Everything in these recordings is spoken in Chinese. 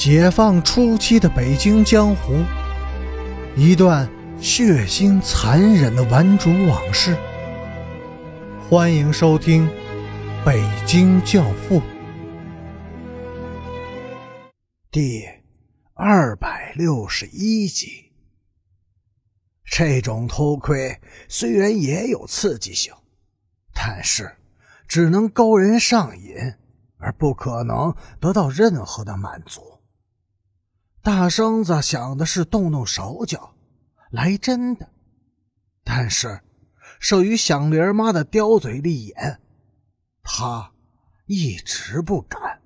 解放初期的北京江湖，一段血腥残忍的顽主往事。欢迎收听《北京教父》第261集。这种偷窥虽然也有刺激性，但是只能勾人上瘾，而不可能得到任何的满足。大生子想的是动动手脚来真的，但是受于响铃妈的刁嘴利眼，他一直不敢。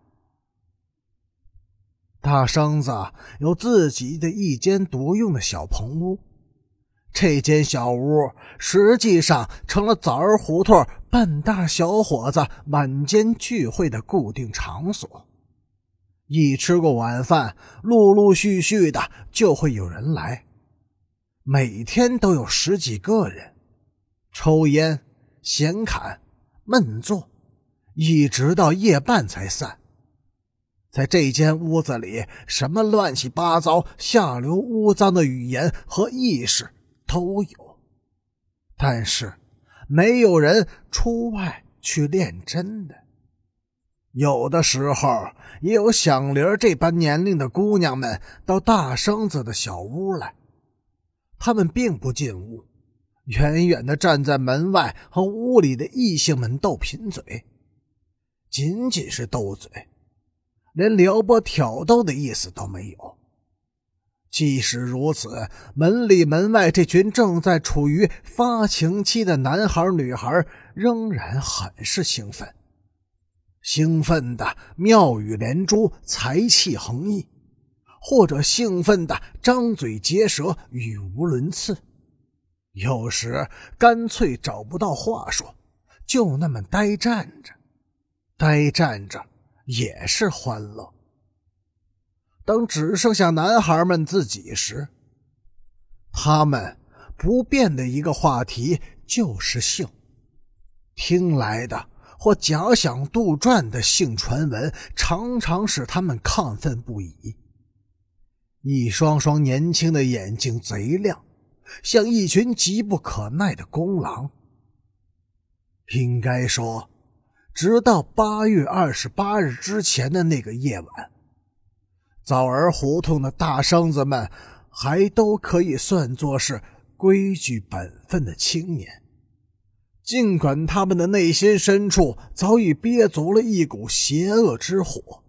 大生子有自己的一间独用的小棚屋，这间小屋实际上成了枣儿胡同半大小伙子晚间聚会的固定场所。一吃过晚饭，陆陆续续的就会有人来，每天都有10几个人，抽烟、闲侃、闷坐，一直到夜半才散。在这间屋子里，什么乱七八糟、下流污脏的语言和意识都有，但是没有人出外去练真的。有的时候也有响铃这般年龄的姑娘们到大生子的小屋来，她们并不进屋，远远地站在门外和屋里的异性们斗贫嘴，仅仅是斗嘴，连撩拨挑逗的意思都没有。即使如此，门里门外这群正在处于发情期的男孩女孩仍然很是兴奋，兴奋的妙语连珠，才气横溢，或者兴奋的张嘴结舌，语无伦次，有时干脆找不到话说，就那么呆站着，呆站着也是欢乐。等只剩下男孩们自己时，他们不变的一个话题就是性，听来的或假想杜撰的性传闻常常使他们亢奋不已。一双双年轻的眼睛贼亮，像一群急不可耐的公狼。应该说，直到8月28日之前的那个夜晚，枣儿胡同的大生子们还都可以算作是规矩本分的青年，尽管他们的内心深处早已憋足了一股邪恶之火。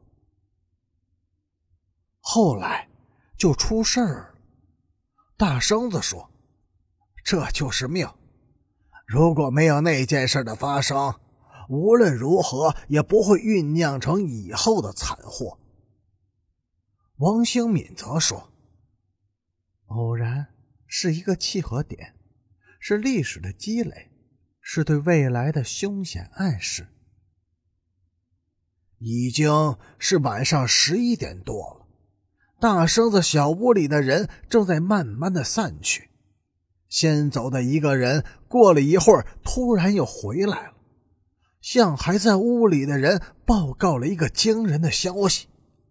后来就出事儿了。大生子说，这就是命，如果没有那件事的发生，无论如何也不会酝酿成以后的惨祸。王兴敏则说，偶然是一个契合点，是历史的积累，是对未来的凶险暗示。已经是晚上11点多了，大生子小屋里的人正在慢慢的散去。先走的一个人过了一会儿突然又回来了，向还在屋里的人报告了一个惊人的消息。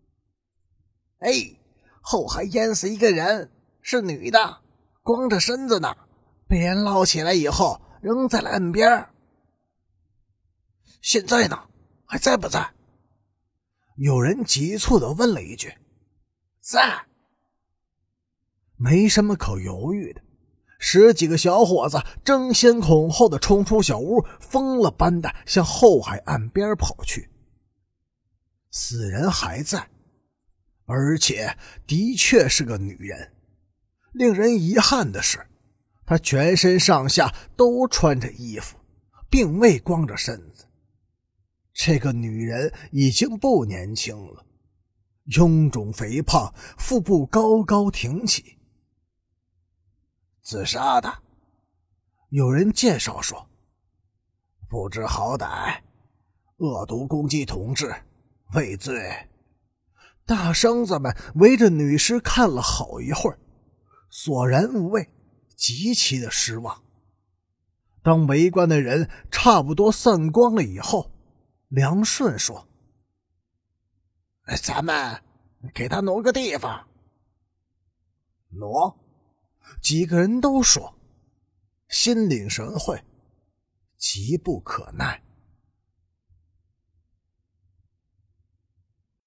后海淹死一个人，是女的，光着身子呢，被人捞起来以后扔在了岸边。现在呢，还在不在？有人急促地问了一句。在。没什么可犹豫的，10几个小伙子争先恐后地冲出小屋，疯了般的向后海岸边跑去。死人还在，而且的确是个女人。令人遗憾的是，她全身上下都穿着衣服，并未光着身子。这个女人已经不年轻了，臃肿肥胖，腹部高高挺起。自杀的，有人介绍说，不知好歹，恶毒攻击同志，畏罪。大生子们围着女尸看了好一会儿，索然无味，极其的失望。当围观的人差不多散光了以后，梁顺说，咱们给他挪个地方。挪？几个人都说，心领神会，急不可耐。